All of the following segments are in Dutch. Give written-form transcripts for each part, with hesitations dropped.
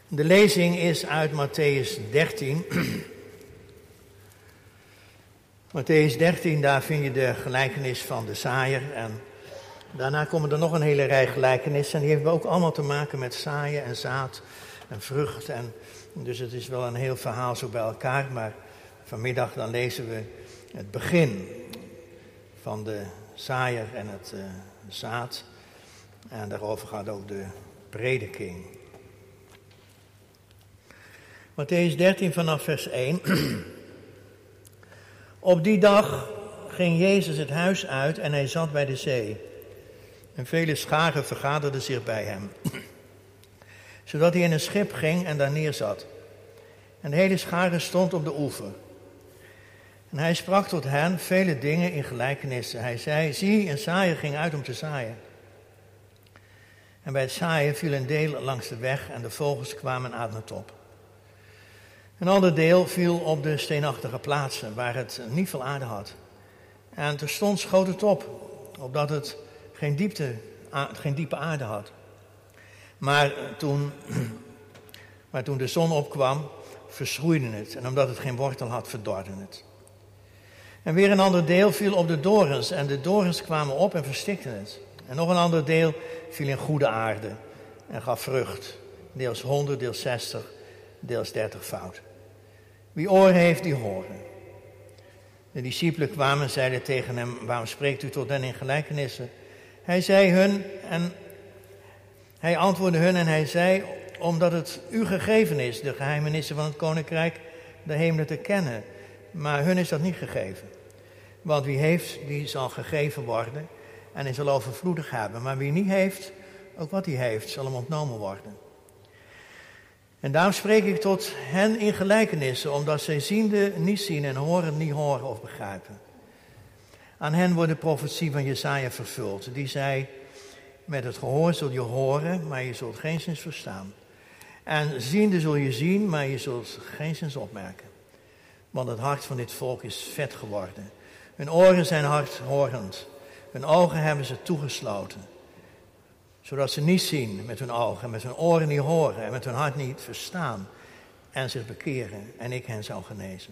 De lezing is uit Mattheüs 13. Mattheüs 13, daar vind je de gelijkenis van de zaaier. En daarna komen er nog een hele rij gelijkenissen. En die hebben ook allemaal te maken met zaaien en zaad en vrucht. En dus het is wel een heel verhaal zo bij elkaar. Maar vanmiddag dan lezen we het begin van de zaaier en het zaad. En daarover gaat ook de prediking. Mattheüs 13 vanaf vers 1. Op die dag ging Jezus het huis uit en hij zat bij de zee. En vele scharen vergaderden zich bij hem. Zodat hij in een schip ging en daar neerzat. En de hele schare stond op de oever. En hij sprak tot hen vele dingen in gelijkenissen. Hij zei, zie, een zaaier ging uit om te zaaien. En bij het zaaien viel een deel langs de weg en de vogels kwamen en aten het op. Een ander deel viel op de steenachtige plaatsen, waar het niet veel aarde had. En terstond schoot het op, opdat het geen diepe aarde had. Maar toen de zon opkwam, verschroeide het. En omdat het geen wortel had, verdorde het. En weer een ander deel viel op de dorens. En de dorens kwamen op en verstikten het. En nog een ander deel viel in goede aarde en gaf vrucht. Deels 100, deels 60, deels 30-foud. Wie oren heeft, die horen. De discipelen kwamen en zeiden tegen hem, waarom spreekt u tot hen in gelijkenissen? Hij antwoordde hun en hij zei, omdat het u gegeven is, de geheimenissen van het koninkrijk de hemelen te kennen. Maar hun is dat niet gegeven. Want wie heeft, die zal gegeven worden en hij zal overvloedig hebben. Maar wie niet heeft, ook wat hij heeft, zal hem ontnomen worden. En daarom spreek ik tot hen in gelijkenissen, omdat zij ziende niet zien en horen niet horen of begrijpen. Aan hen wordt de profetie van Jesaja vervuld. Die zei, met het gehoor zul je horen, maar je zult geen zins verstaan. En ziende zul je zien, maar je zult geen zins opmerken. Want het hart van dit volk is vet geworden. Hun oren zijn hardhorend. Hun ogen hebben ze toegesloten. Zodat ze niet zien met hun ogen, met hun oren niet horen en met hun hart niet verstaan. En zich bekeren en ik hen zou genezen.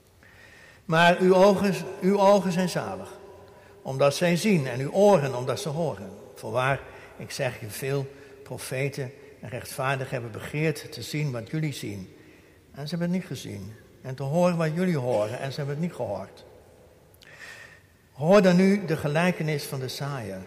Maar uw ogen zijn zalig, omdat zij zien en uw oren omdat ze horen. Voorwaar, ik zeg je, veel profeten en rechtvaardigen hebben begeerd te zien wat jullie zien. En ze hebben het niet gezien. En te horen wat jullie horen en ze hebben het niet gehoord. Hoor dan nu de gelijkenis van de zaaier.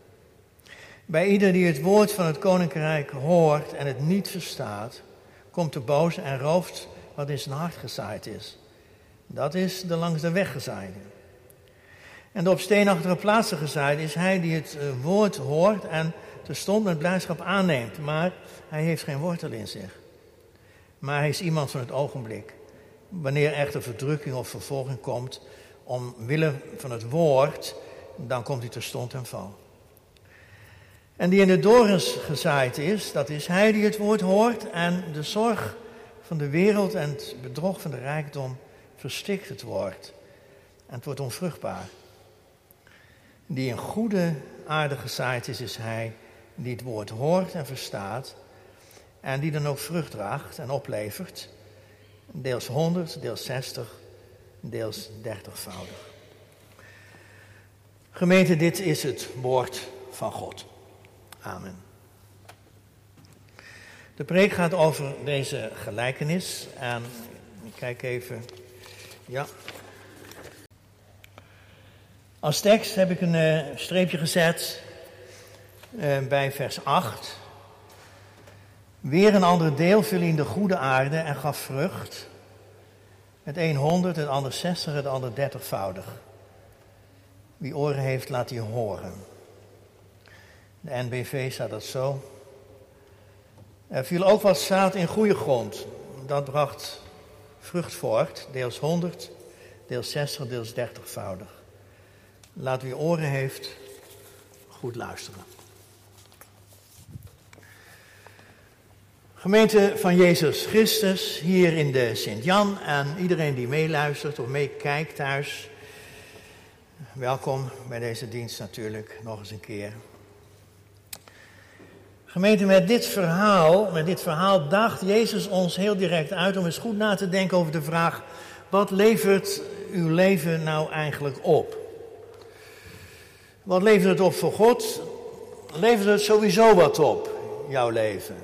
Bij ieder die het woord van het koninkrijk hoort en het niet verstaat, komt de boze en rooft wat in zijn hart gezaaid is. Dat is de langs de weg gezaaide. En de op steenachtige plaatsen gezaaid is hij die het woord hoort en terstond met blijdschap aanneemt, maar hij heeft geen wortel in zich. Maar hij is iemand van het ogenblik. Wanneer echter verdrukking of vervolging komt, omwille van het woord, dan komt hij terstond ten val. En die in de dorens gezaaid is, dat is hij die het woord hoort en de zorg van de wereld en het bedrog van de rijkdom verstikt het woord. En het wordt onvruchtbaar. Die in goede aarde gezaaid is hij die het woord hoort en verstaat en die dan ook vrucht draagt en oplevert. Deels 100, deels 60, deels 30-voudig. Gemeente, dit is het woord van God. Amen. De preek gaat over deze gelijkenis en ik kijk even, ja. Als tekst heb ik een streepje gezet bij vers 8. Weer een ander deel viel in de goede aarde en gaf vrucht. Het een 100, het ander 60, het ander 30-voudig. Wie oren heeft, laat die horen. De NBV staat dat zo. Er viel ook wat zaad in goede grond. Dat bracht vrucht voort, deels 100, deels 60, deels 30-voudig. Laat wie oren heeft, goed luisteren. Gemeente van Jezus Christus, hier in de Sint-Jan en iedereen die meeluistert of meekijkt thuis. Welkom bij deze dienst natuurlijk nog eens een keer. Gemeente, met dit verhaal daagt Jezus ons heel direct uit om eens goed na te denken over de vraag: wat levert uw leven nou eigenlijk op? Wat levert het op voor God? Levert het sowieso wat op, jouw leven?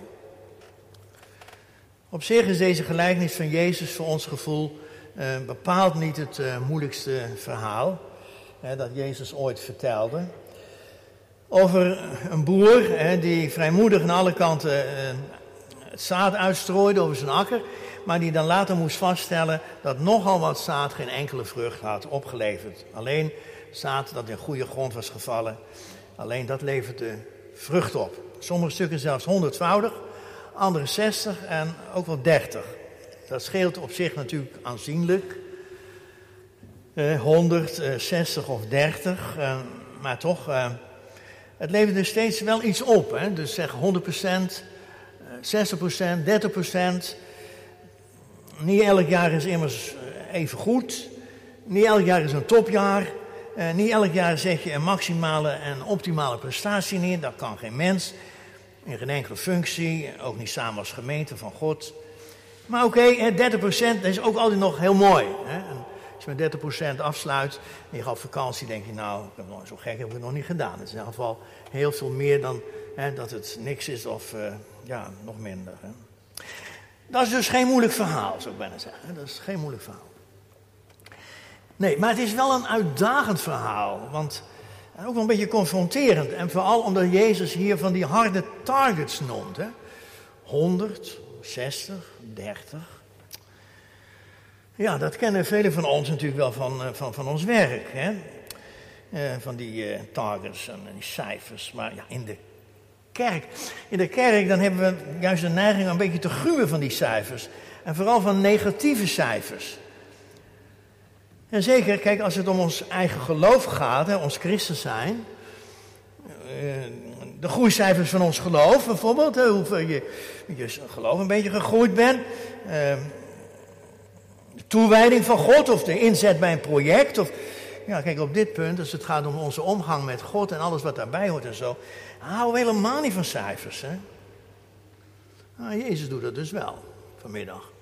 Op zich is deze gelijkenis van Jezus voor ons gevoel bepaald niet het moeilijkste verhaal dat Jezus ooit vertelde. Over een boer die vrijmoedig aan alle kanten het zaad uitstrooide over zijn akker, maar die dan later moest vaststellen dat nogal wat zaad geen enkele vrucht had opgeleverd. Alleen zaad dat in goede grond was gevallen, alleen dat leverde vrucht op. Sommige stukken zelfs 100-voudig, andere 60 en ook wel 30. Dat scheelt op zich natuurlijk aanzienlijk. 100, 60 of 30, maar toch, het leverde steeds wel iets op. Hè? Dus zeg 100%, 60%, 30%. Niet elk jaar is immers even goed. Niet elk jaar is een topjaar. Niet elk jaar zet je een maximale en optimale prestatie neer. Dat kan geen mens. In geen enkele functie. Ook niet samen als gemeente van God. Maar oké, 30%, dat is ook altijd nog heel mooi. Hè? En als je met 30% afsluit en je gaat op vakantie, denk je nou, zo gek heb ik het nog niet gedaan. Het is in ieder geval heel veel meer dan dat het niks is of nog minder. Hè? Dat is dus geen moeilijk verhaal, zou ik bijna zeggen. Dat is geen moeilijk verhaal. Nee, maar het is wel een uitdagend verhaal. Want ook wel een beetje confronterend. En vooral omdat Jezus hier van die harde targets noemt. Hè? 100, 60, 30. Ja, dat kennen velen van ons natuurlijk wel van ons werk. Hè? Van die targets en die cijfers. Maar ja, in de kerk dan hebben we juist de neiging een beetje te gruwen van die cijfers. En vooral van negatieve cijfers. En zeker, kijk, als het om ons eigen geloof gaat, hè, ons christen zijn. De groeicijfers van ons geloof bijvoorbeeld. Hè, hoeveel je geloof een beetje gegroeid bent. De toewijding van God of de inzet bij een project. Of, ja, kijk, op dit punt, als het gaat om onze omgang met God en alles wat daarbij hoort en zo. Houden we helemaal niet van cijfers. Hè? Nou, Jezus doet dat dus wel, vanmiddag.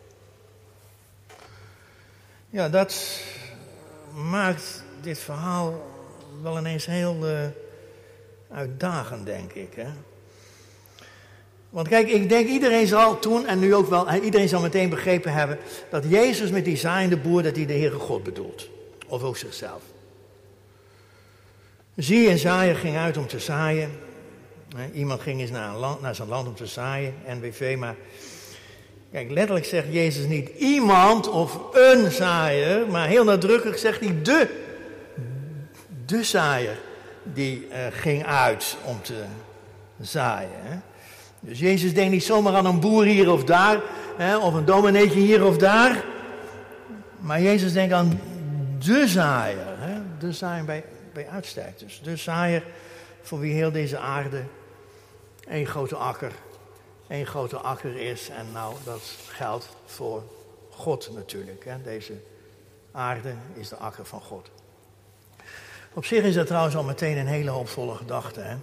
Ja, dat maakt dit verhaal wel ineens heel uitdagend, denk ik. Hè? Want kijk, ik denk iedereen zal toen en nu ook wel, iedereen zal meteen begrepen hebben dat Jezus met die zaaiende boer, dat hij de Heere God bedoelt. Of ook zichzelf. Zie, een zaaier ging uit om te zaaien. Iemand ging eens naar zijn land om te zaaien, NBV, maar kijk, letterlijk zegt Jezus niet iemand of een zaaier, maar heel nadrukkelijk zegt hij de zaaier die ging uit om te zaaien. Hè? Dus Jezus denkt niet zomaar aan een boer hier of daar, of een domineetje hier of daar, maar Jezus denkt aan de zaaier, de zaaier bij uitstek. Dus de zaaier voor wie heel deze aarde één grote akker is. En nou, dat geldt voor God natuurlijk. Hè. Deze aarde is de akker van God. Op zich is dat trouwens al meteen een hele hoopvolle gedachte. Hè.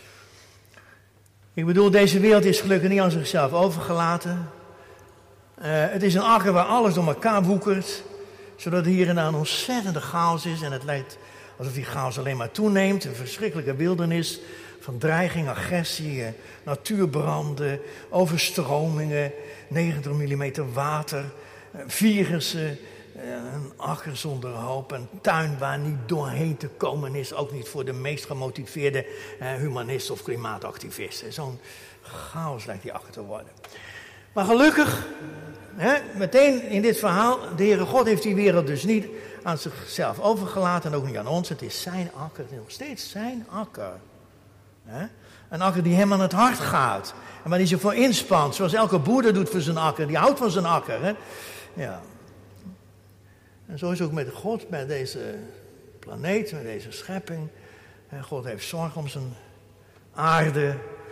Ik bedoel, deze wereld is gelukkig niet aan zichzelf overgelaten. Het is een akker waar alles door elkaar woekert. Zodat hier en daar een ontzettende chaos is. En het lijkt alsof die chaos alleen maar toeneemt. Een verschrikkelijke wildernis van dreiging, agressie, natuurbranden, overstromingen, 90 mm water, virussen, een akker zonder hoop, een tuin waar niet doorheen te komen is, ook niet voor de meest gemotiveerde humanist of klimaatactivist. Zo'n chaos lijkt die akker te worden. Maar gelukkig, meteen in dit verhaal, de Heere God heeft die wereld dus niet aan zichzelf overgelaten en ook niet aan ons. Het is zijn akker, het is nog steeds zijn akker. Een akker die hem aan het hart gaat. En waar hij zich voor inspant. Zoals elke boer dat doet voor zijn akker. Die houdt van zijn akker. Hè? Ja. En zo is het ook met God. Met deze planeet. Met deze schepping. God heeft zorg om zijn aarde.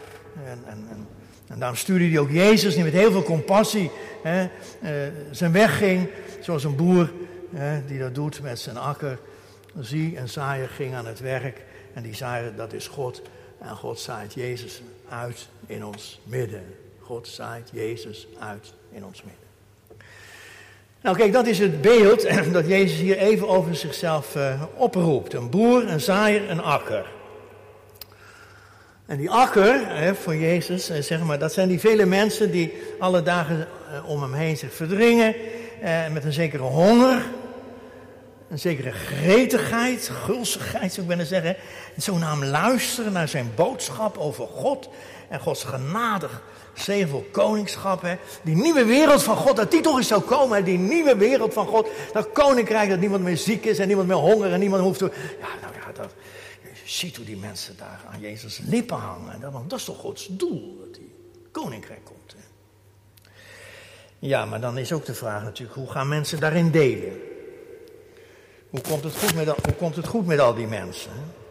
En daarom stuurde hij ook Jezus. Die met heel veel compassie zijn weg ging. Zoals een boer die dat doet met zijn akker. Zie, een zaaier ging aan het werk. En die zaaier, dat is God. En God zaait Jezus uit in ons midden. God zaait Jezus uit in ons midden. Nou kijk, dat is het beeld dat Jezus hier even over zichzelf oproept. Een boer, een zaaier, een akker. En die akker voor Jezus, zeg maar, dat zijn die vele mensen die alle dagen om hem heen zich verdringen. Met een zekere honger, een zekere gretigheid, gulzigheid zou ik willen zeggen. En zo naar hem luisteren, naar zijn boodschap over God en Gods genadig zegevol koningschap. Die nieuwe wereld van God, dat die toch eens zou komen. Die nieuwe wereld van God, dat koninkrijk dat niemand meer ziek is en niemand meer honger en niemand hoeft te... Ja, nou ja, dat... Je ziet hoe die mensen daar aan Jezus lippen hangen. Dat is toch Gods doel, dat die koninkrijk komt. Hè? Ja, maar dan is ook de vraag natuurlijk, hoe gaan mensen daarin delen? Hoe komt het goed met al die mensen?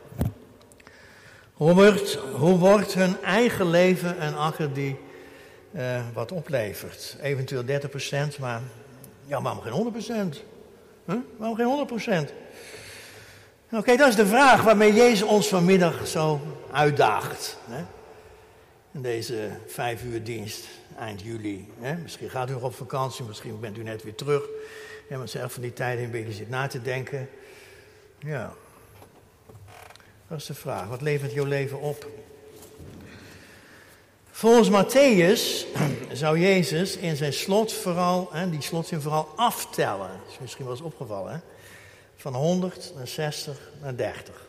Hoe wordt hun eigen leven een akker die wat oplevert? Eventueel 30%, maar ja, waarom geen 100%? Huh? Waarom geen 100%? Oké, dat is de vraag waarmee Jezus ons vanmiddag zo uitdaagt. Hè? In deze 5 uur dienst, eind juli. Hè? Misschien gaat u nog op vakantie, misschien bent u net weer terug. En want zelf van die tijd een beetje zit na te denken. Ja, dat is de vraag. Wat levert jouw leven op? Volgens Matthäus zou Jezus in zijn slot vooral, die slotzin vooral aftellen. Dat is misschien wel eens opgevallen, hè? Van 100 naar 60 naar 30.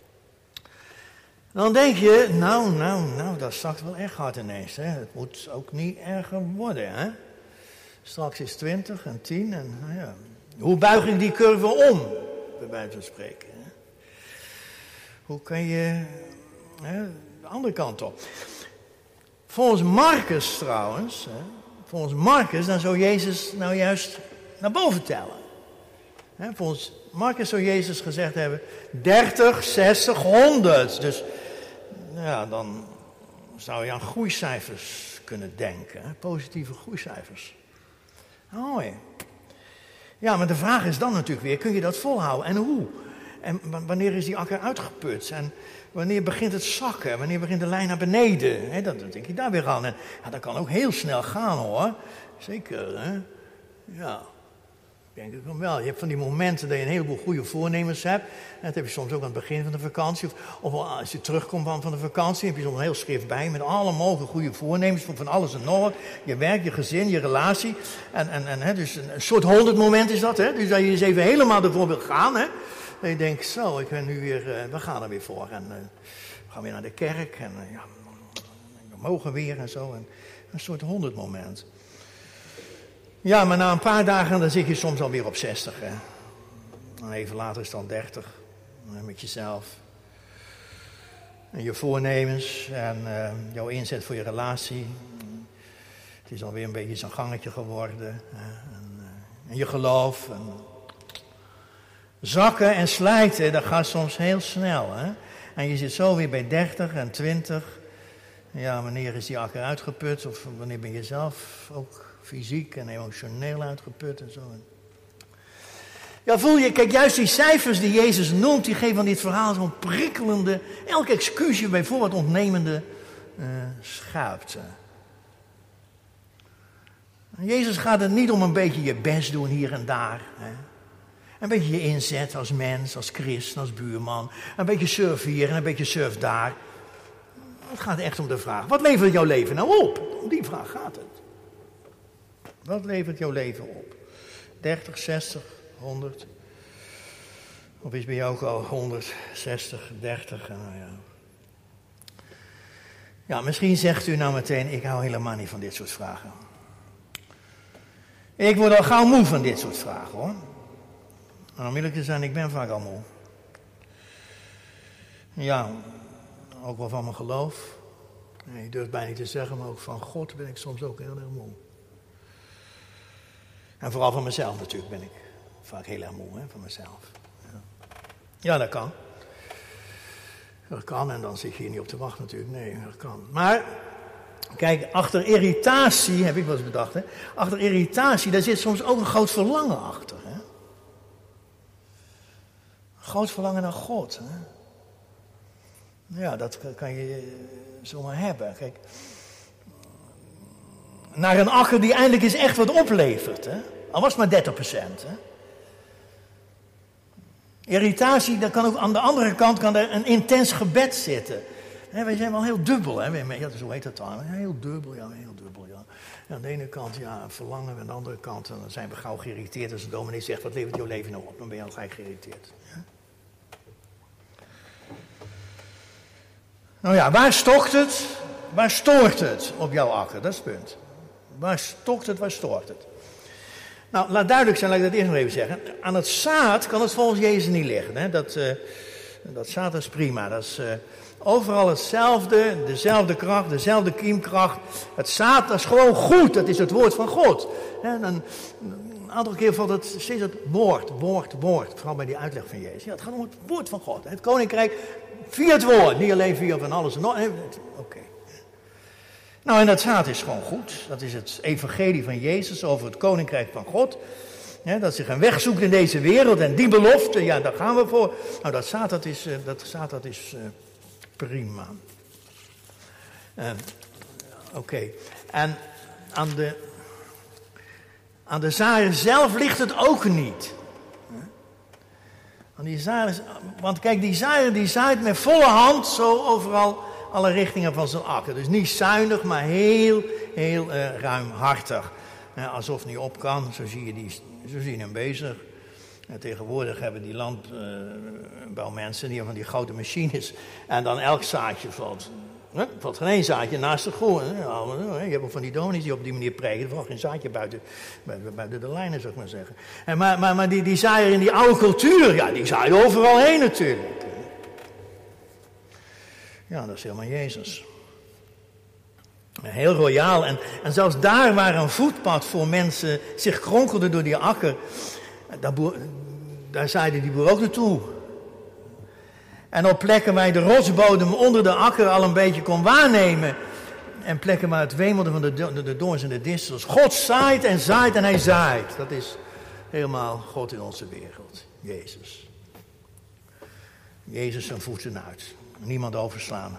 Dan denk je, nou, dat zakt wel echt hard ineens. Hè? Het moet ook niet erger worden. Hè? Straks is 20 en 10 en nou ja. Hoe buig ik die curve om, bij wijze van spreken? Hè? Hoe kan je de andere kant op? Volgens Marcus trouwens, volgens Marcus, dan zou Jezus nou juist naar boven tellen. Volgens Marcus zou Jezus gezegd hebben 30, 60, 100. Dus ja, dan zou je aan groeicijfers kunnen denken. Hè? Positieve groeicijfers. Mooi. Ja, maar de vraag is dan natuurlijk weer, kun je dat volhouden? En hoe? En wanneer is die akker uitgeput? En wanneer begint het zakken? Wanneer begint de lijn naar beneden? Hè, dat denk je daar weer aan. En ja, dat kan ook heel snel gaan hoor. Zeker, hè? Ja. Ik denk het wel. Je hebt van die momenten dat je een heleboel goede voornemens hebt. En dat heb je soms ook aan het begin van de vakantie. Of als je terugkomt van de vakantie, heb je soms een heel schrift bij met alle mogelijke goede voornemens van alles en nog wat. Je werk, je gezin, je relatie. En dus een soort 100 moment is dat. Hè? Dus dat je eens even helemaal ervoor wil gaan. Hè? Dat je denkt, zo, ik ben nu weer, we gaan er weer voor. En we gaan weer naar de kerk. En we mogen weer en zo. En een soort 100 moment. Ja, maar na een paar dagen dan zit je soms alweer op 60. Hè? En even later is het dan 30. Met jezelf. En je voornemens. En jouw inzet voor je relatie. Het is alweer een beetje zo'n gangetje geworden. En je geloof. En zakken en slijten, dat gaat soms heel snel. Hè? En je zit zo weer bij 30 en 20. Ja, wanneer is die akker uitgeput? Of wanneer ben je zelf ook fysiek en emotioneel uitgeput en zo. Ja, voel je, kijk, juist die cijfers die Jezus noemt, die geven van dit verhaal zo'n prikkelende, elk excuusje bij voorwaarts ontnemende schuipte. Jezus gaat het niet om een beetje je best doen hier en daar. Hè? Een beetje je inzet als mens, als christen, als buurman. Een beetje surf hier en een beetje surf daar. Het gaat echt om de vraag, wat levert jouw leven nou op? Om die vraag gaat het. Wat levert jouw leven op? 30, 60, 100? Of is bij jou ook al 100, 60, 30? Nou ja. Ja, misschien zegt u nou meteen, ik hou helemaal niet van dit soort vragen. Ik word al gauw moe van dit soort vragen hoor. En om eerlijk te zijn, ik ben vaak al moe. Ja, ook wel van mijn geloof. Nee, ik durf bijna niet te zeggen, maar ook van God ben ik soms ook heel erg moe. En vooral van mezelf natuurlijk ben ik vaak heel erg moe, hè, van mezelf. Ja, dat kan. Dat kan en dan zit je hier niet op te wachten natuurlijk. Nee, dat kan. Maar, kijk, achter irritatie, heb ik wel eens bedacht, hè. Achter irritatie, daar zit soms ook een groot verlangen achter, hè. Een groot verlangen naar God, hè. Ja, dat kan je zomaar hebben. Kijk, naar een akker die eindelijk eens echt wat oplevert. Hè? Al was het maar 30%. Hè? Irritatie, dat kan ook aan de andere kant kan er een intens gebed zitten. Wij zijn wel heel dubbel. Hè? Ja, zo heet dat dan. Heel dubbel, ja, heel dubbel. Ja. En aan de ene kant ja, verlangen we, aan de andere kant dan zijn we gauw geïrriteerd. Als de dominee zegt, wat levert jouw leven nou op? Dan ben je al gelijk geïrriteerd. Ja? Nou ja, waar stokt het? Waar stoort het op jouw akker? Dat is het punt. Waar stokt het, waar stoort het? Nou, laat duidelijk zijn, laat ik dat eerst nog even zeggen. Aan het zaad kan het volgens Jezus niet liggen. Hè? Dat zaad is prima. Dat is overal hetzelfde, dezelfde kracht, dezelfde kiemkracht. Het zaad, dat is gewoon goed. Dat is het woord van God. Hè? Een aantal keer valt het steeds het woord. Vooral bij die uitleg van Jezus. Ja, het gaat om het woord van God. Het koninkrijk via het woord. Niet alleen via van alles en nog. Oké. Nou, en dat zaad is gewoon goed. Dat is het evangelie van Jezus over het koninkrijk van God. Ja, dat zich een weg zoekt in deze wereld. En die belofte, ja, daar gaan we voor. Nou, dat zaad, dat is prima. Oké. En aan de zaaier zelf ligt het ook niet. Aan die zaaier, want kijk, die zaaier die zaait met volle hand zo overal alle richtingen van zijn akker. Dus niet zuinig, maar heel ruimhartig. Alsof het niet op kan, zo zie je hem bezig. Tegenwoordig hebben die landbouwmensen die van die grote machines. En dan elk zaadje valt. Er valt geen één zaadje naast de groen. Je hebt ook van die dominees die op die manier preken. Er valt geen zaadje buiten de lijnen, zou ik maar zeggen. Maar die zaaier in die oude cultuur, ja, die zaait overal heen natuurlijk. Ja, dat is helemaal Jezus. Heel royaal. En zelfs daar waar een voetpad voor mensen zich kronkelde door die akker, daar zaaide die boer ook naartoe. En op plekken waar je de rotsbodem onder de akker al een beetje kon waarnemen. En plekken waar het wemelde van de doorns en de distels. God zaait en zaait en hij zaait. Dat is helemaal God in onze wereld. Jezus. Jezus zijn voeten uit. Niemand overslaan,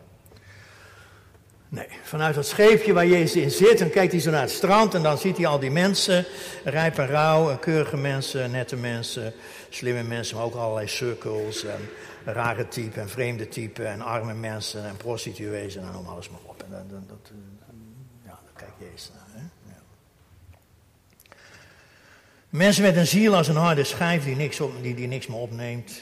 nee. Vanuit dat scheepje waar Jezus in zit, dan kijkt hij zo naar het strand en dan ziet hij al die mensen, rijp en rauw, keurige mensen, nette mensen, slimme mensen, maar ook allerlei sukkels en rare typen en vreemde typen en arme mensen en prostituees en noem alles maar op. En daar kijkt Jezus naar. Hè? Ja. Mensen met een ziel als een harde schijf die niks meer opneemt.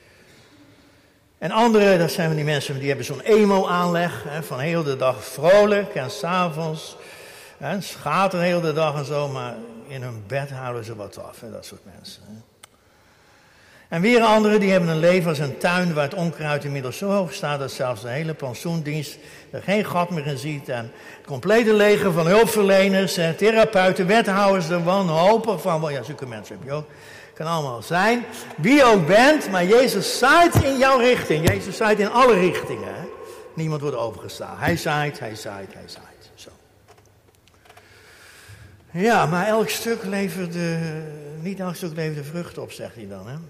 En anderen, dat zijn van die mensen die hebben zo'n emo-aanleg, van heel de dag vrolijk en 's avonds schateren heel de dag en zo, maar in hun bed houden ze wat af, dat soort mensen. Hè. En weer anderen die hebben een leven als een tuin waar het onkruid inmiddels zo hoog staat dat zelfs de hele plantsoendienst er geen gat meer in ziet. En het complete leger van hulpverleners, therapeuten, wethouders, de wanhopen van, ja, zulke mensen heb je ook. Kan allemaal zijn, wie je ook bent, maar Jezus zaait in jouw richting. Jezus zaait in alle richtingen. Hè? Niemand wordt overgestaan. Hij zaait. Zo. Ja, maar niet elk stuk leverde vrucht op, zegt hij dan. Hè?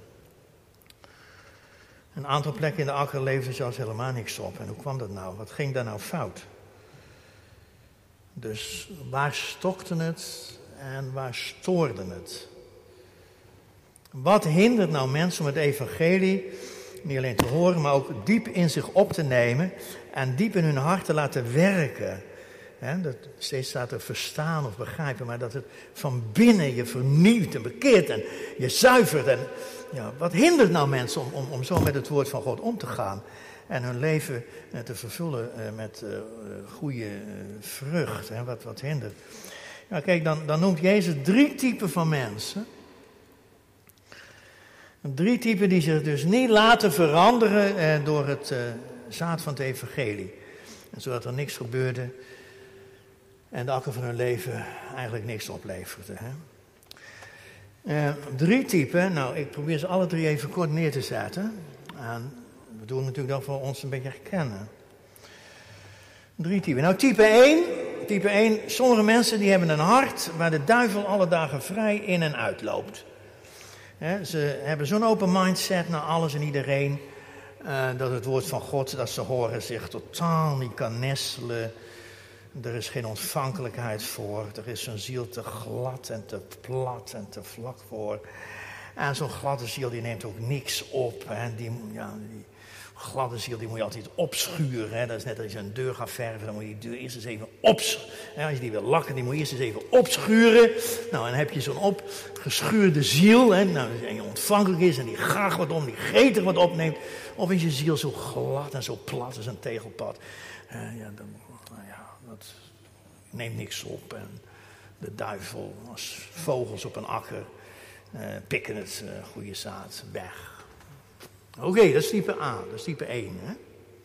Een aantal plekken in de akker leverde zelfs helemaal niks op. En hoe kwam dat nou? Wat ging daar nou fout? Dus waar stokte het en waar stoorde het? Wat hindert nou mensen om het evangelie niet alleen te horen, maar ook diep in zich op te nemen en diep in hun hart te laten werken? Dat steeds staat er verstaan of begrijpen, maar dat het van binnen je vernieuwt en bekeert en je zuivert. En ja, wat hindert nou mensen om zo met het woord van God om te gaan en hun leven te vervullen met goede vrucht? Wat hindert? Ja, kijk, dan noemt Jezus 3 typen van mensen. 3 typen die zich dus niet laten veranderen door het zaad van het evangelie. En zodat er niks gebeurde en de akker van hun leven eigenlijk niks opleverde. Hè? 3 typen, nou ik probeer ze alle 3 even kort neer te zetten. En we doen natuurlijk dat we ons een beetje herkennen. 3 typen. Nou type 1, sommige mensen die hebben een hart waar de duivel alle dagen vrij in en uitloopt. Ze hebben zo'n open mindset naar alles en iedereen. dat het woord van God dat ze horen zich totaal niet kan nestelen. Er is geen ontvankelijkheid voor. Er is zo'n ziel te glad en te plat en te vlak voor. En zo'n gladde ziel die neemt ook niks op. Hè. Die gladde ziel die moet je altijd opschuren. Hè. Dat is net als je een deur gaat verven. Dan moet je die deur eerst eens even opschuren. Als je die wil lakken, die moet je eerst eens even opschuren. Nou, en dan heb je zo'n opgeschuurde ziel. Hè. Nou, en die ontvankelijk is en die graag wat om, die gretig wat opneemt. Of is je ziel zo glad en zo plat als een tegelpad. Dat neemt niks op. En de duivel als vogels op een akker pikken het goede zaad weg. Oké, dat is type A, dat is type 1. Hè?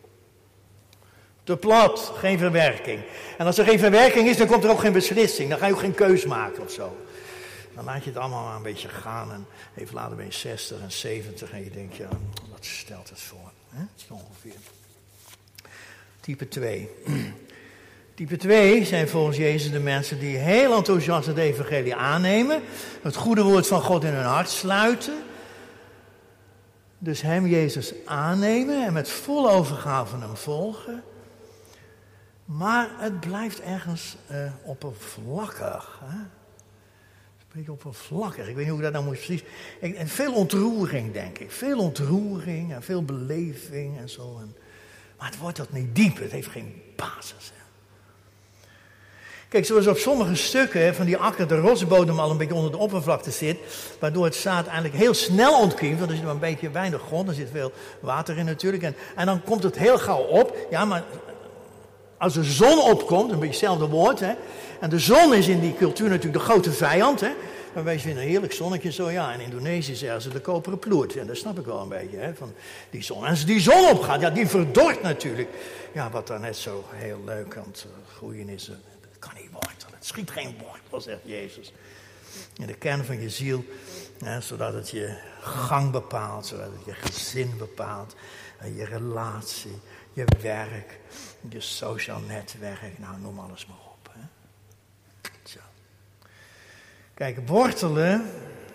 Te plat, geen verwerking. En als er geen verwerking is, dan komt er ook geen beslissing. Dan ga je ook geen keus maken of zo. Dan laat je het allemaal maar een beetje gaan. En even later ben je 60 en 70 en je denkt, ja, wat stelt het voor? Hè? Dat is ongeveer. Type 2. Type 2 zijn volgens Jezus de mensen die heel enthousiast het evangelie aannemen. Het goede woord van God in hun hart sluiten. Dus hem, Jezus, aannemen en met volle overgave hem volgen. Maar het blijft ergens oppervlakkig. Hè? Een beetje oppervlakkig. Ik weet niet hoe ik dat nou moet precies. En veel ontroering, denk ik. Veel ontroering en veel beleving en zo. Maar het wordt dat niet diep. Het heeft geen basis. Hè? Kijk, zoals op sommige stukken van die akker de rotsbodem al een beetje onder de oppervlakte zit, waardoor het zaad eigenlijk heel snel ontkiemt, want er zit maar een beetje weinig grond, er zit veel water in natuurlijk, en dan komt het heel gauw op. Ja, maar als de zon opkomt, een beetje hetzelfde woord, hè, en de zon is in die cultuur natuurlijk de grote vijand, hè, maar wij vinden een heerlijk zonnetje zo, ja, in Indonesië zeggen ze de koperen ploert, en dat snap ik wel een beetje, hè, van die zon. En als die zon opgaat, ja, die verdort natuurlijk, ja, wat daar net zo heel leuk aan het groeien is. Kan niet wortelen. Het schiet geen wortel, zegt Jezus. In de kern van je ziel, zodat het je gang bepaalt, zodat het je gezin bepaalt, je relatie, je werk, je sociaal netwerk, nou noem alles maar op. Hè. Zo. Kijk, wortelen,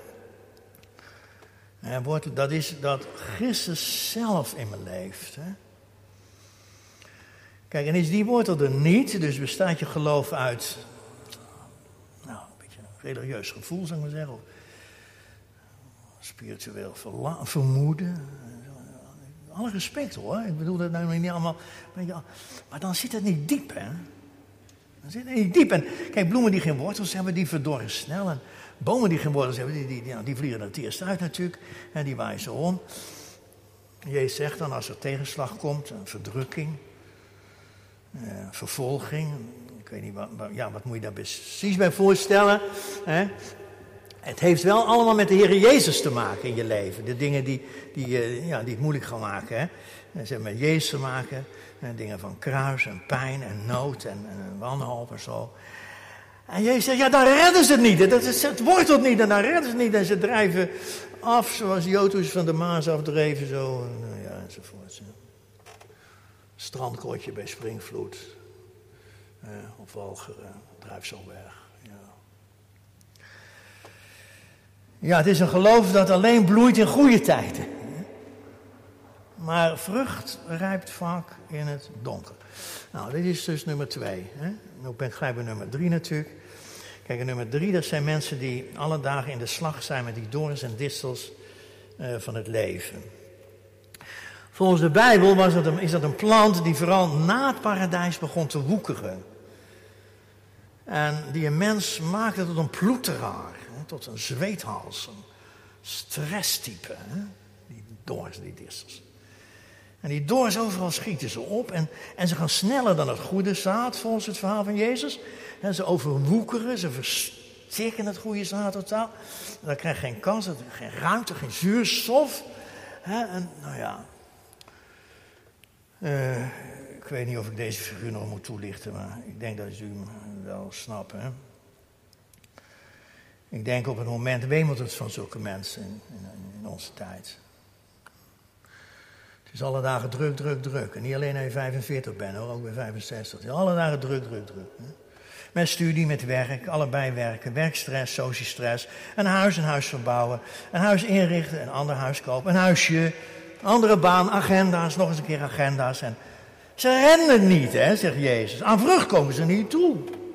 dat is dat Christus zelf in me leeft. Hè. Kijk, en is die wortel er niet, dus bestaat je geloof uit, een beetje een religieus gevoel, zou ik maar zeggen, of spiritueel vermoeden. Alle respect hoor, ik bedoel dat nou niet allemaal, maar dan zit het niet diep, hè. Dan zit het niet diep. En kijk, bloemen die geen wortels hebben, die verdorren snel. En bomen die geen wortels hebben, die vliegen er het eerst uit natuurlijk, en die waaien zo om. Jezus zegt dan, als er tegenslag komt, een verdrukking, vervolging, ik weet niet, wat moet je daar precies bij voorstellen? Hè? Het heeft wel allemaal met de Heer Jezus te maken in je leven. De dingen die het moeilijk gaan maken. Hè? Ze hebben met Jezus te maken. Dingen van kruis en pijn en nood en wanhoop en zo. En Jezus zegt, ja, dan redden ze het niet. Het wortelt niet en dan redden ze het niet. En ze drijven af zoals Jotus van de Maas afdreven. Zo, enzovoort. Strandkortje bij springvloed. Of Walcheren, drijft zo weg. Ja, het is een geloof dat alleen bloeit in goede tijden. Maar vrucht rijpt vaak in het donker. Nou, dit is dus nummer 2. Hè? Nu ben ik gelijk bij nummer 3 natuurlijk. Kijk, nummer 3, dat zijn mensen die alle dagen in de slag zijn met die dorens en distels van het leven. Volgens de Bijbel is dat een plant die vooral na het paradijs begon te woekeren. En die een mens maakte tot een ploeteraar, tot een zweethals, een stresstype. Hè? Die dorens, die distels. En die dorens overal schieten ze op en ze gaan sneller dan het goede zaad volgens het verhaal van Jezus. En ze overwoekeren, ze verstikken het goede zaad totaal. En dan krijg je geen kans, geen ruimte, geen zuurstof. En nou ja, ik weet niet of ik deze figuur nog moet toelichten, maar ik denk dat u hem wel snapt. Hè? Ik denk op het moment wemelt het van zulke mensen in onze tijd. Het is alle dagen druk, druk, druk. En niet alleen als je 45 bent, hoor, ook bij 65. Het is alle dagen druk, druk, druk. Hè? Met studie, met werk, allebei werken, werkstress, sociestress, een huis verbouwen, een huis inrichten, een ander huis kopen, een huisje, Andere baan, agenda's, nog eens een keer agenda's. En ze rennen niet, hè, zegt Jezus. Aan vrucht komen ze niet toe.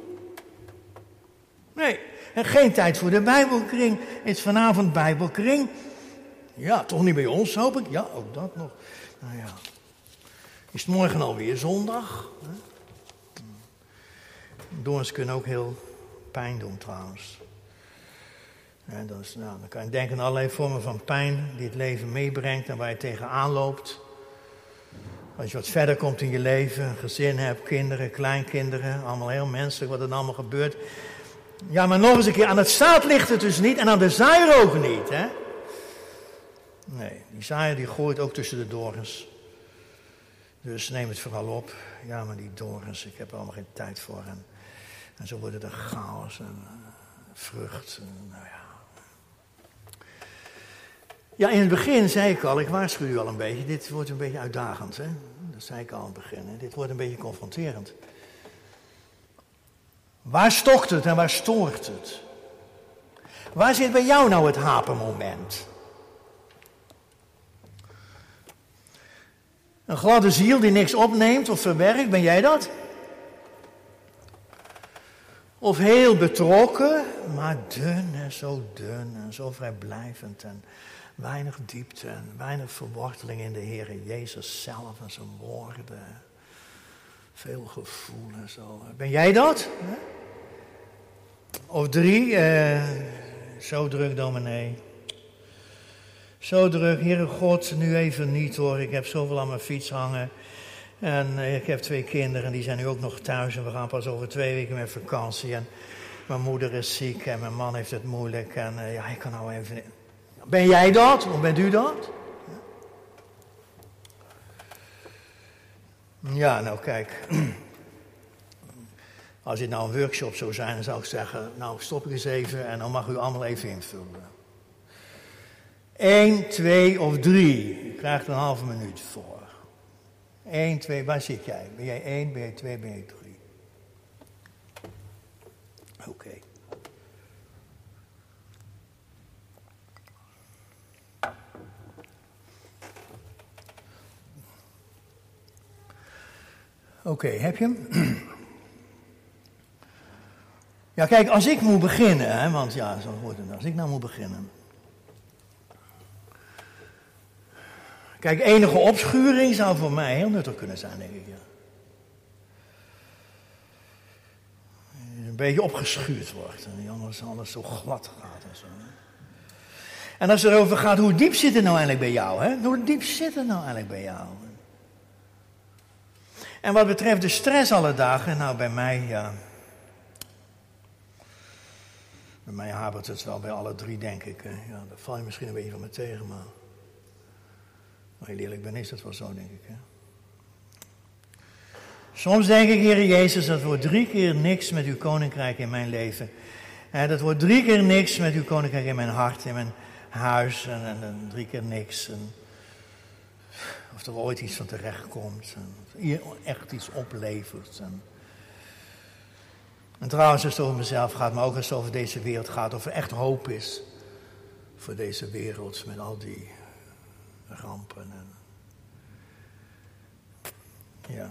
Nee, en geen tijd voor de Bijbelkring. Het is vanavond Bijbelkring. Ja, toch niet bij ons, hoop ik. Ja, ook dat nog. Nou ja. Is het morgen alweer zondag? Doorns kunnen ook heel pijn doen trouwens. Ja, dan kan je denken aan allerlei vormen van pijn die het leven meebrengt en waar je tegenaan loopt. Als je wat verder komt in je leven, een gezin hebt, kinderen, kleinkinderen, allemaal heel menselijk wat er allemaal gebeurt. Ja, maar nog eens een keer, aan het zaad ligt het dus niet en aan de zaaier ook niet, hè? Nee, die zaaier die gooit ook tussen de dorens. Dus neem het vooral op. Ja, maar die dorens, ik heb er allemaal geen tijd voor. En zo worden er chaos en vrucht. Nou ja. Ja, in het begin zei ik al, ik waarschuw u al een beetje. Dit wordt een beetje uitdagend, hè. Dat zei ik al aan het begin. Hè? Dit wordt een beetje confronterend. Waar stokt het en waar stoort het? Waar zit bij jou nou het hapermoment? Een gladde ziel die niks opneemt of verwerkt, ben jij dat? Of heel betrokken, maar dun en zo vrijblijvend en weinig diepte en weinig verworteling in de Heer Jezus zelf en zijn woorden. Veel gevoel en zo. Ben jij dat? Of 3, zo druk dominee. Zo druk, Heere God, nu even niet hoor. Ik heb zoveel aan mijn fiets hangen. En ik heb 2 kinderen, die zijn nu ook nog thuis. En we gaan pas over 2 weken met vakantie. En mijn moeder is ziek en mijn man heeft het moeilijk. En ja, ik kan nou even... Ben jij dat? Of bent u dat? Ja, nou kijk. Als dit nou een workshop zou zijn, dan zou ik zeggen... Nou, stop ik eens even en dan mag u allemaal even invullen. 1, 2 of 3. Je krijgt een halve minuut voor. 1, 2, waar zit jij? Ben jij 1, ben jij 2, ben jij 3? Oké. Oké, heb je hem? Ja, kijk, als ik moet beginnen, hè, want ja, zo wordt het. Als ik nou moet beginnen. Kijk, enige opschuring zou voor mij heel nuttig kunnen zijn, denk ik. Ja. Een beetje opgeschuurd wordt en alles zo glad gaat en zo. En als het erover gaat, hoe diep zit het nou eigenlijk bij jou? Hè? Hoe diep zit het nou eigenlijk bij jou? En wat betreft de stress alle dagen, nou bij mij, ja. Bij mij hapert het wel bij alle 3, denk ik. Hè. Ja, daar val je misschien een beetje van me tegen, maar... Als je eerlijk bent, is dat wel zo, denk ik. Hè? Soms denk ik, Heer Jezus, dat wordt 3 keer niks met uw koninkrijk in mijn leven. Dat wordt 3 keer niks met uw koninkrijk in mijn hart, in mijn huis. En 3 keer niks. Of er ooit iets van terecht komt. Of hier echt iets oplevert. En trouwens, als het over mezelf gaat, maar ook als het over deze wereld gaat. Of er echt hoop is voor deze wereld met al die... rampen en... Ja.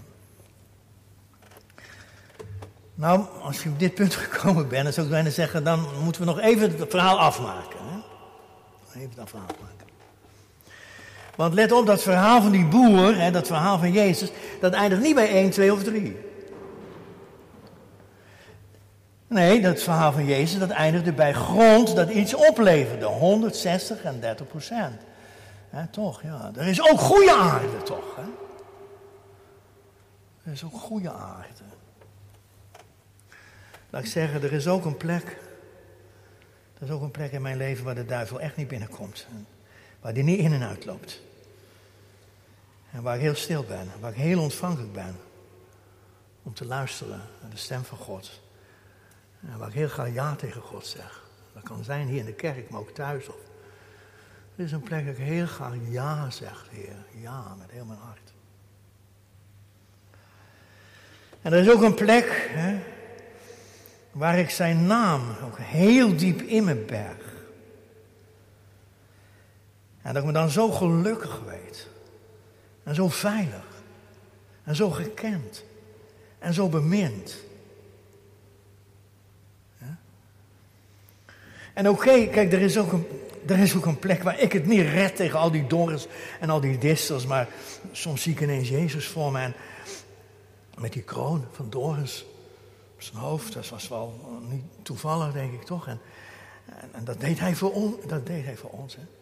Nou, als je op dit punt gekomen bent, dan zou ik bijna zeggen, dan moeten we nog even het verhaal afmaken. Hè? Even dat verhaal afmaken. Want let op, dat verhaal van die boer, hè, dat verhaal van Jezus, dat eindigt niet bij 1, 2 of 3. Nee, dat verhaal van Jezus, dat eindigde bij grond dat iets opleverde. 160 en 30%. Ja, toch, ja. Er is ook goede aarde, toch, hè? Er is ook goede aarde. Laat ik zeggen, er is ook een plek. Er is ook een plek in mijn leven waar de duivel echt niet binnenkomt. Waar die niet in en uit loopt. En waar ik heel stil ben. Waar ik heel ontvankelijk ben. Om te luisteren naar de stem van God. En waar ik heel graag ja tegen God zeg. Dat kan zijn hier in de kerk, maar ook thuis. Of er is een plek dat ik heel graag ja zeg, Heer. Ja, met heel mijn hart. En er is ook een plek, hè, waar ik zijn naam ook heel diep in me berg. En dat ik me dan zo gelukkig weet. En zo veilig. En zo gekend. En zo bemind. Ja? En oké, kijk, er is ook een plek waar ik het niet red tegen al die dorens en al die distels. Maar soms zie ik ineens Jezus voor me. En met die kroon van dorens op zijn hoofd. Dat was wel niet toevallig, denk ik toch. En dat deed hij voor ons. Hè.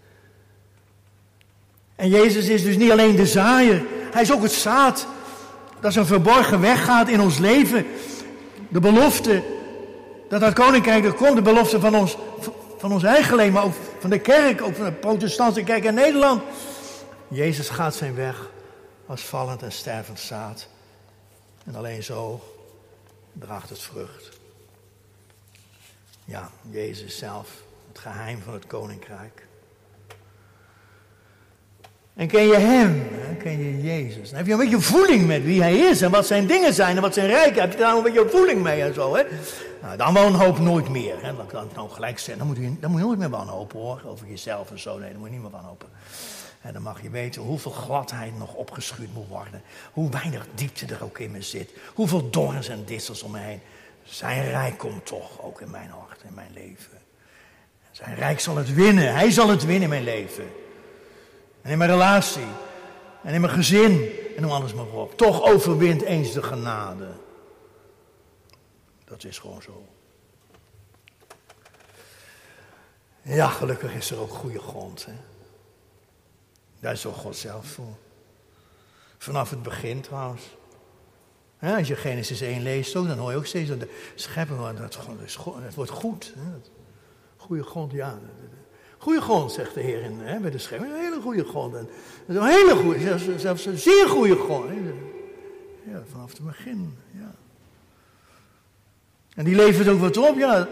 En Jezus is dus niet alleen de zaaier. Hij is ook het zaad. Dat een verborgen weg gaat in ons leven. De belofte dat koninkrijk er komt. De belofte van ons eigen leven. Maar ook van de kerk. Ook van de protestantse kerk in Nederland. Jezus gaat zijn weg als vallend en stervend zaad. En alleen zo draagt het vrucht. Ja, Jezus zelf. Het geheim van het koninkrijk. En ken je hem? Ken je Jezus? Dan heb je een beetje voeling met wie hij is en wat zijn dingen zijn en wat zijn rijk. Heb je daar een beetje voeling mee en zo, hè? Nou, dan wanhoop nooit meer. Hè? Dat kan ik nou gelijk zeggen. Dan moet je nooit meer wanhopen, hoor. Over jezelf en zo. Nee, dan moet je niet meer wanhopen. En dan mag je weten hoeveel gladheid nog opgeschuurd moet worden. Hoe weinig diepte er ook in me zit. Hoeveel dorens en distels om me heen. Zijn rijk komt toch ook in mijn hart, in mijn leven. Zijn rijk zal het winnen. Hij zal het winnen in mijn leven. En in mijn relatie. En in mijn gezin. En noem alles maar op. Toch overwint eens de genade. Dat is gewoon zo. Ja, gelukkig is er ook goede grond. Hè? Daar is ook God zelf voor. Vanaf het begin trouwens. Ja, als je Genesis 1 leest ook, dan hoor je ook steeds dat de schepping, het wordt goed. Hè? Goede grond, ja. Goede grond, zegt de Heer bij de schepping. Een hele goede grond. En, een hele goede, zelfs een zeer goede grond. Ja, vanaf het begin, ja. En die levert ook wat op, ja.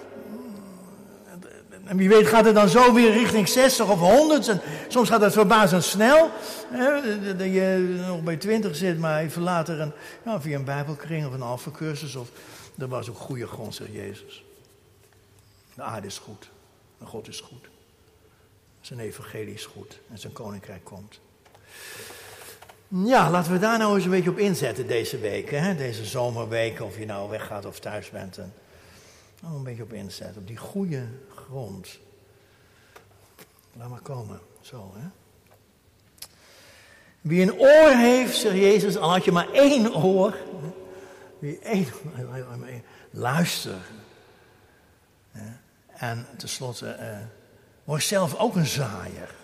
En wie weet gaat het dan zo weer richting 60 of 100. En soms gaat het verbazend snel. Dat je nog bij 20 zit, maar even later via een bijbelkring of een alfacursus. Dat was ook goede grond, zegt Jezus. De aarde is goed. En God is goed. Zijn evangelie is goed. En zijn koninkrijk komt. Ja, laten we daar nou eens een beetje op inzetten deze week. Hè? Deze zomerweek, of je nou weggaat of thuis bent. En een beetje op inzetten. Op die goede grond. Laat maar komen. Zo, hè. Wie een oor heeft, zegt Jezus, al had je maar 1 oor. Wie luister. En tenslotte, word zelf ook een zaaier.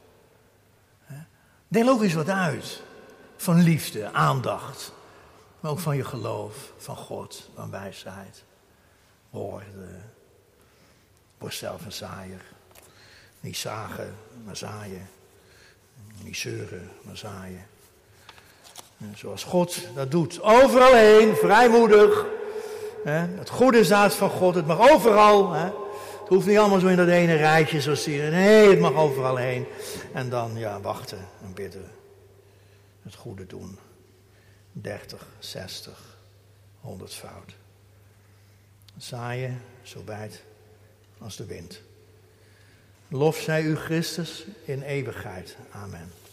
Deel ook eens wat uit. Van liefde, aandacht. Maar ook van je geloof, van God, van wijsheid. Woorden. Word zelf een zaaier. Niet zagen, maar zaaien. Niet zeuren, maar zaaien. En zoals God dat doet. Overal heen, vrijmoedig. Het goede zaad van God, het mag overal. Het hoeft niet allemaal zo in dat ene rijtje zoals hier. Nee, het mag overal heen. En dan wachten en bidden. Het goede doen. 30, 60, 100 fout. Zaaien, zo wijd als de wind. Lof zij u Christus in eeuwigheid. Amen.